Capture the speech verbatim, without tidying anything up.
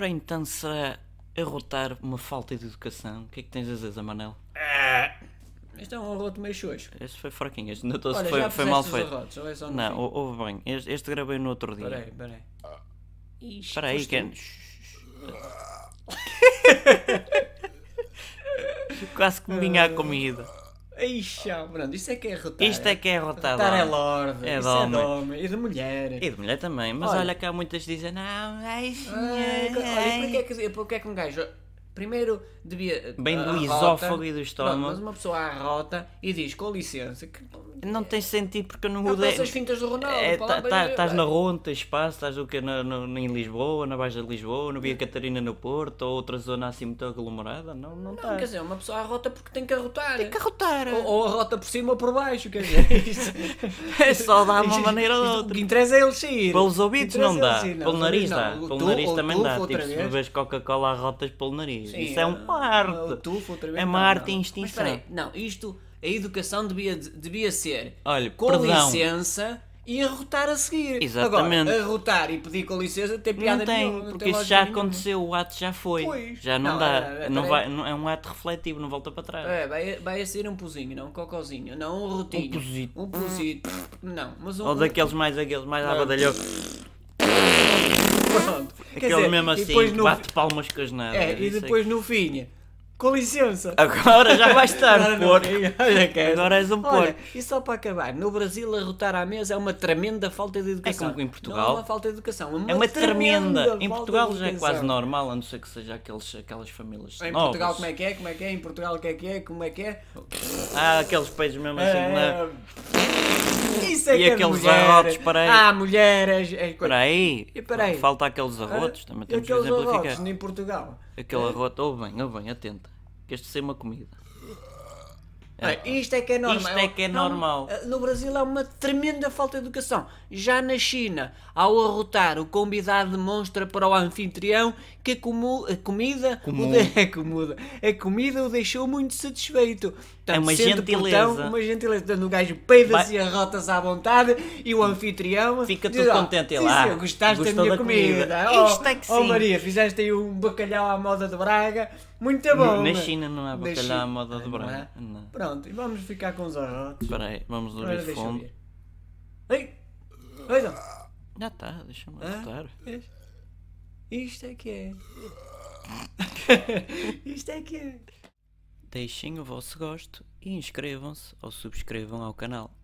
Ora então, será arrotar uma falta de educação? O que é que tens a dizer, Zé Manel? Ah, isto é um arroto meio xoxo. Este foi fraquinho, este notou-se Olha, foi, já foi mal fizeste os feito. arrotos, ou é só no Não, fim? ou- ouve bem, este, este gravei no outro dia. Peraí, peraí. Ixi, Espera aí, foste que é... tu. Quase que me vinha a comida. Ixi, pronto, isto é que é arrotar. Isto é que é arrotar. Arrotar é homem. lorde, É de isso é de homem. homem e de mulher. E de mulher também, mas Olha. olha que há muitas que dizem, não, ai Ai, senhor, olha, e porquê é ai. que, porquê é que um gajo primeiro devia. Bem do arrota, esófago e do pronto, estômago. mas uma pessoa arrota e diz com licença que. Não tem sentido porque eu não Não mudei. peças fintas do Ronaldo. É, para lá, tá- vai- tá- Estás vai. na Ronda, tens espaço, estás o quê? Na, no- em Lisboa, na Baixa de Lisboa, na Via Catarina no Porto, ou outra zona assim muito aglomerada? Não, não Não, está. quer dizer, uma pessoa arrota porque tem que arrotar. Tem que arrotar. Ou, ou arrota por cima ou por baixo, quer dizer. Isto, É só dar uma isto- maneira ou isto- outra. O que interessa é ele sair. Pelos ouvidos O que interessa não é dá, ele sair, não. pelo nariz Não, dá, o pelo tu- nariz ou também tufo dá. outra Tipo, se vez. bebes Coca-Cola arrotas pelo nariz. Sim, Isso é uma O arte. tufo, outra vez, É uma não, arte não. em Mas extinção. espera aí, não, isto, a educação devia, devia ser Olha, com perdão. licença e arrotar a seguir. Exatamente. Agora, arrotar e pedir com licença tem piada Não tem, nenhuma, porque tem isso lógica já nenhuma. aconteceu, o ato já foi. Pois. Já não, Não, dá. é, é, não peraí. vai, não, é um ato refletivo, não volta para trás. É, vai, vai a ser um pozinho, não um cocozinho, não um rotinho. Um pozito. Um pozito. Não, mas um. Ou daqueles mais, aqueles mais à Não. badalhou. Pronto. Quer Aquele dizer, mesmo e assim, depois que no- bate palmas com as nadas. É, e isso depois no fim, com licença. Agora já vai estar, Agora não porco. fica. Olha que é. Agora és um Olha, porco. e só para acabar, no Brasil arrotar à mesa é uma tremenda falta de educação. como em Portugal. Não é uma falta de educação, é uma, É uma tremenda. Em falta Portugal de já é educação. quase normal, a não ser que seja aqueles, aquelas famílias Em novas. Portugal como é que é? Como é que é? Em Portugal o que é que é? Como é que é? Há aqueles peitos mesmo assim, É, né? Isso é E que é aqueles mulher. arrotos, peraí. Ah, mulheres. É, Espera aí, E peraí. falta aqueles arrotos, também temos que Aqueles exemplificar. arrotos em Portugal. Aquele É? arroto, ou bem, ou bem, atenta. Que este sei uma comida. Ah, isto é que é normal. Isto é que é Não, normal. no Brasil há uma tremenda falta de educação. Já na China, ao arrotar, o convidado demonstra para o anfitrião que a, comu- a comida Comum. o de- a, comida, a comida o deixou muito satisfeito. Portanto, É uma sente, gentileza. portão, uma gentileza. Portanto, o gajo peida-se e Vai- arrota-se à vontade e o anfitrião Fica diz, todo "Oh, contente, ele, sim, ah, senhor, gostaste da gostou minha da comida." comida. Oh, Isto é que oh, sim. Maria, fizeste aí um bacalhau à moda de Braga. Muito bom. Na mas- China não há Na bacalhau China- à moda de Ah, não Braga. é? Não. Pronto, e vamos ficar com os arrotos. Espera aí, vamos Agora dormir deixa eu fundo. ver. Ei! Olha! Já está, deixa-me Ah, arrotar. vês? Isto é que é. Isto é que é. Deixem o vosso gosto e inscrevam-se ou subscrevam ao canal.